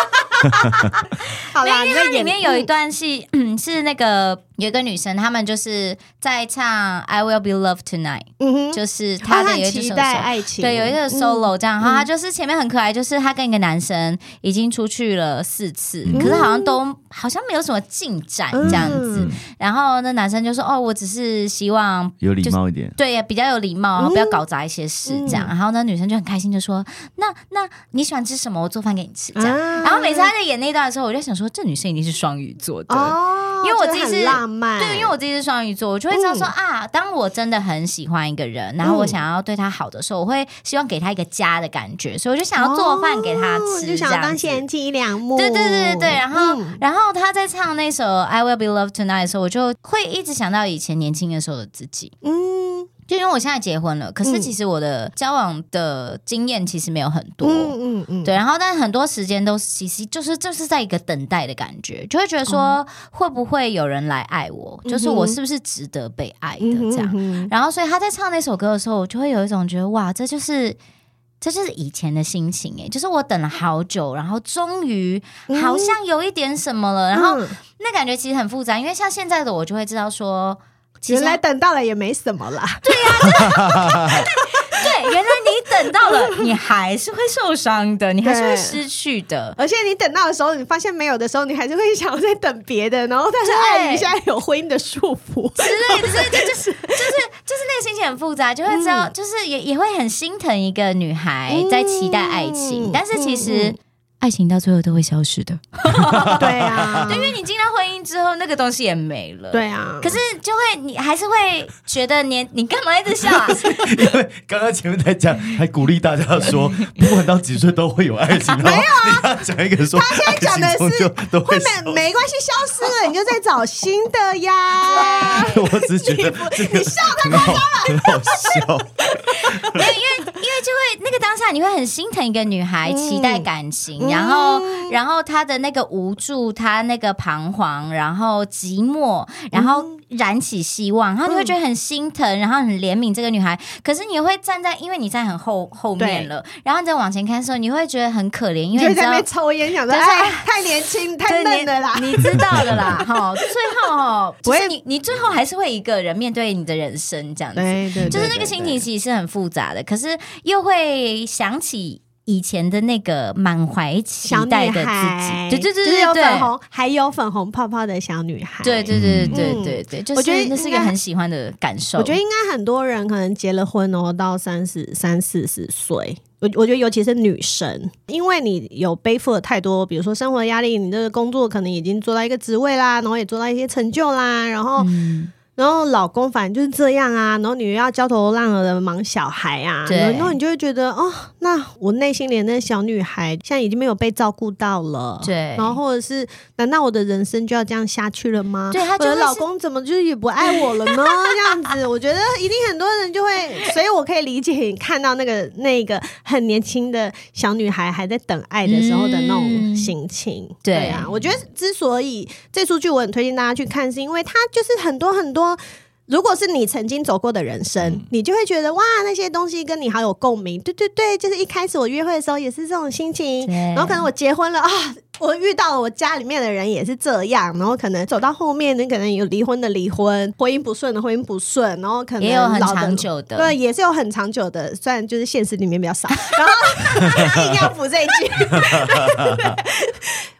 好啦， 因为它里面有一段戏，嗯，是那个有一个女生，她们就是在唱 I Will Be Loved Tonight，嗯、就是她的有一首爱情， 对，有一个 solo 这样，然后她就是前面很可爱，就是她跟一个男生已经出去了四次，嗯、可是好像都好像没有什么进展这样子，嗯、然后那男生就说：“哦，我只是希望有礼貌一点， 对，比较有礼貌，然后不要搞砸一些事这样。嗯”然后那女生就很开心，就说：“那那你喜欢吃什么？我做饭给你吃。”这样，啊、然后每次她在演那段的时候，我就想说，这女生一定是双鱼座的，哦、因为我自己是浪漫， 对，因为我自己是双鱼座，我就会知道说、嗯、啊，当我真的很喜欢一个人，然后我想要对他好的时候，我会希望给他一个家的感觉，所以我就想要做饭给他吃， 哦、就想要当贤妻良母。 对对对对对，然后、嗯、然后他在唱那首 I Will Be Loved Tonight 的时候，我就会一直想到以前年轻的时候的自己。嗯。就因为我现在结婚了，可是其实我的交往的经验其实没有很多，嗯嗯嗯，对，然后但很多时间都其实就是就是在一个等待的感觉，就会觉得说、哦、会不会有人来爱我，嗯、就是我是不是值得被爱的这样，嗯、然后所以他在唱那首歌的时候，我就会有一种觉得哇，这就是这就是以前的心情哎，就是我等了好久，然后终于好像有一点什么了，嗯、然后那感觉其实很复杂，因为像现在的我就会知道说。 原来等到了也没什么啦。 对呀、啊，对，原来你等到了，你还是会受伤的，你还是会失去的。 而且你等到的时候，你发现没有的时候，你还是会想要再等别的。然后，但是碍于现在有婚姻的束缚之类的，所以就就是就是就是那个心情很复杂，就会知道，嗯、就是也也会很心疼一个女孩在期待爱情，嗯、但是其实。嗯嗯爱情到最后都会消失的， 对啊， 对，因为你进到婚姻之后，那个东西也没了， 对啊。 可是就会，你还是会觉得年，你干嘛一直笑啊？ 因为刚刚前面在讲，还鼓励大家说，不管到几岁都会有爱情。 没有啊， 他讲一个说， 他现在讲的是都会没没关系，消失了你就再找新的呀。 我只觉得这个你笑太夸张了， 很好笑。 因为因为因为就会那个当下，你会很心疼一个女孩，期待感情。嗯然后，然后他的那个无助，他那个彷徨，然后寂寞，然后燃起希望，然后你会觉得很心疼，然后很怜悯这个女孩。可是你会站在，因为你在很后后面了，然后你再往前看的时候，你会觉得很可怜，因为你知道在那边抽烟，想说哎，太年轻，太嫩了啦， 你知道的啦，哈。最后哈，就是你你最后还是会一个人面对你的人生，这样子， 对对， 就是那个心情其实是很复杂的，可是又会想起。以前的那个满怀期待的自己，对对对对对， 粉红还有粉红泡泡的小女孩， 对对对对对对，就是我觉得那是一个很喜欢的感受。 我觉得应该很多人可能结了婚哦，到三十三四十岁。我我觉得尤其是女生，因为你有背负了太多，比如说生活的压力，你这个工作可能已经做到一个职位啦，然后也做到一些成就啦，然后。嗯然后老公反正就是这样啊，然后你又要焦头烂额的忙小孩啊，然后你就会觉得哦，那我内心里那小女孩现在已经没有被照顾到了， 对， 然后或者是难道我的人生就要这样下去了吗？ 对，他我的老公怎么就是也不爱我了呢？这样子，我觉得一定很多人就会，所以我可以理解你看到那个那个很年轻的小女孩还在等爱的时候的那种心情。嗯、对, 对啊，我觉得之所以这出剧我很推荐大家去看，是因为它就是很多很多。如果是你曾经走过的人生，嗯、你就会觉得哇，那些东西跟你好有共鸣。对对对，就是一开始我约会的时候也是这种心情，然后可能我结婚了啊，我遇到了我家里面的人也是这样，然后可能走到后面，你可能有离婚的离婚，婚姻不顺的婚姻不顺，然后可能也有很长久的， 对，也是有很长久的，虽然就是现实里面比较少，然后一定要补这一句。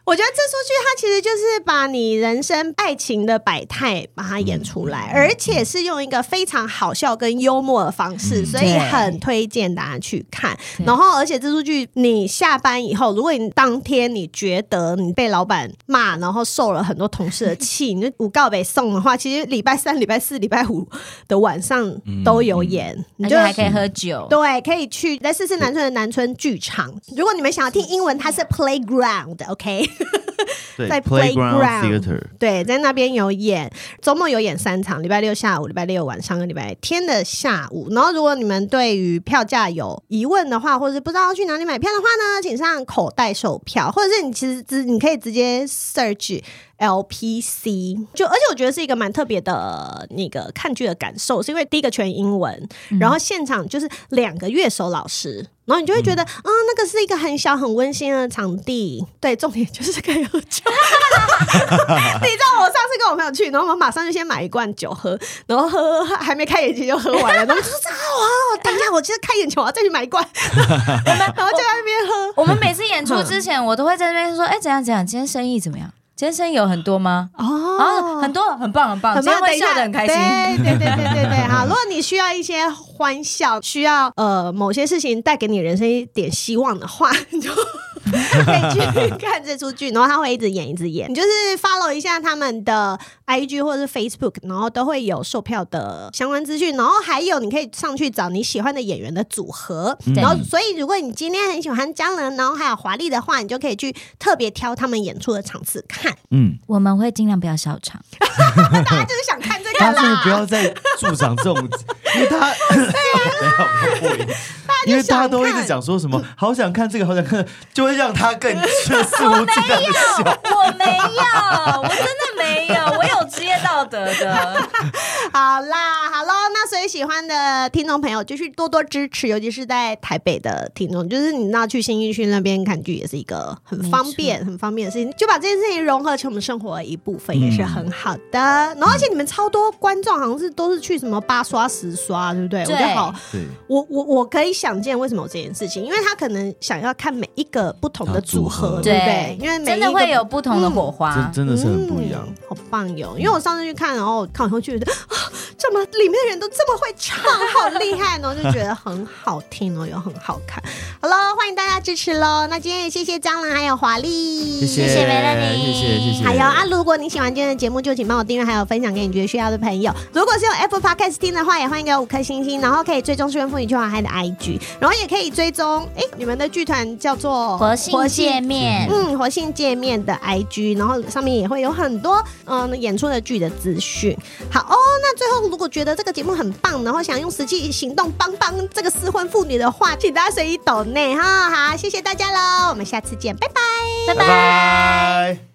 我觉得这出剧它其实就是把你人生爱情的百态把它演出来，嗯、而且是用一个非常好笑跟幽默的方式，嗯、所以很推荐大家去看。然后，而且这出剧你下班以后，如果你当天你觉得你被老板骂，然后受了很多同事的气，你就五告北送的话，其实礼拜三、礼拜四、礼拜五的晚上都有演，嗯、 你就而且还可以喝酒。 对，可以去在四四南村的南村剧场。如果你们想要听英文，它是 Playground，OK？、Okay? 在 Playground Theater， 对，在那边有演，周末有演三场，礼拜六下午、礼拜六晚上跟礼拜天的下午。然后，如果你们对于票价有疑问的话，或者是不知道要去哪里买票的话呢，请上口袋售票，或者是你其实你可以直接 search L P C， 就而且我觉得是一个蛮特别的那个看剧的感受，是因为第一个全英文，嗯、然后现场就是两个乐手老师。然后你就会觉得，嗯，嗯那个是一个很小很温馨的场地，对，重点就是可以喝酒。你知道我上次跟我朋友去，然后我们马上就先买一罐酒喝，然后喝还没开眼前就喝完了，然后就说这好喝，等一下我其实开眼前我要再去买一罐，然后就在那边喝。 我们每次演出之前，我都会在那边说，哎，怎样怎样，今天生意怎么样？今天生意有很多吗？哦，啊、很多，很棒，很棒，很棒，今天会笑得很开心。 对对对对对对，好。如果你需要一些欢笑，需要呃某些事情带给你人生一点希望的话，你就可以去看这出剧，然后他会一直演一直演。你就是 follow 一下他们的 I G 或者是 Facebook， 然后都会有售票的相关资讯，然后还有你可以上去找你喜欢的演员的组合，嗯、然后所以如果你今天很喜欢江仁，然后还有华丽的话，你就可以去特别挑他们演出的场次看。 嗯，我们会尽量不要笑场， 大家就是想看这个啦。 他真的不要再助长这种，因为他对啊，因为大家都一直讲说什么好想看这个，好想看，就会让他更肆无忌惮的笑。 我没有，我真的没有，我有职业道德的。 好啦，好咯，那所以喜欢的听众朋友就去多多支持，尤其是在台北的听众，就是你那去新义区那边看剧也是一个很方便、很方便的事情，就把这件事情融合成我们生活的一部分，也是很好的。嗯、然后而且你们超多观众好像是都是去什么八刷、十刷，对不对？ 对， 我觉得好，我我我可以想见为什么有这件事情，因为他可能想要看每一个不同的组合，啊、对不对？因为每一个真的会有不同的火花， 嗯、真, 真的是很不一样， 嗯、好棒哟！因为我上次去看，然后看完后觉得啊，这么里面的人都这么会唱，好厉害哦，就觉得很好听哦，又很好看。好咯，欢迎大家支持咯。那今天也谢谢张兰还有华丽， 谢谢谢谢梅乐妮， 谢谢谢谢。 还有啊，如果你喜欢今天的节目，就请帮我订阅，还有分享给你觉得需要的朋友。如果是用 Apple Podcast 听的话，也欢迎给我五颗星星，然后可以追踪失婚妇女邱华嗨的 I G， 然后也可以追踪哎，你们的剧团叫做活性界面， 嗯，活性界面的 I G， 然后上面也会有很多嗯演出的剧的资讯。好哦，那最后如果觉得这个节目很棒，然后想用实际行动帮帮这个失婚妇女的话，请大家随意抖内哈。好，谢谢大家喽，我们下次见，拜拜， 拜拜。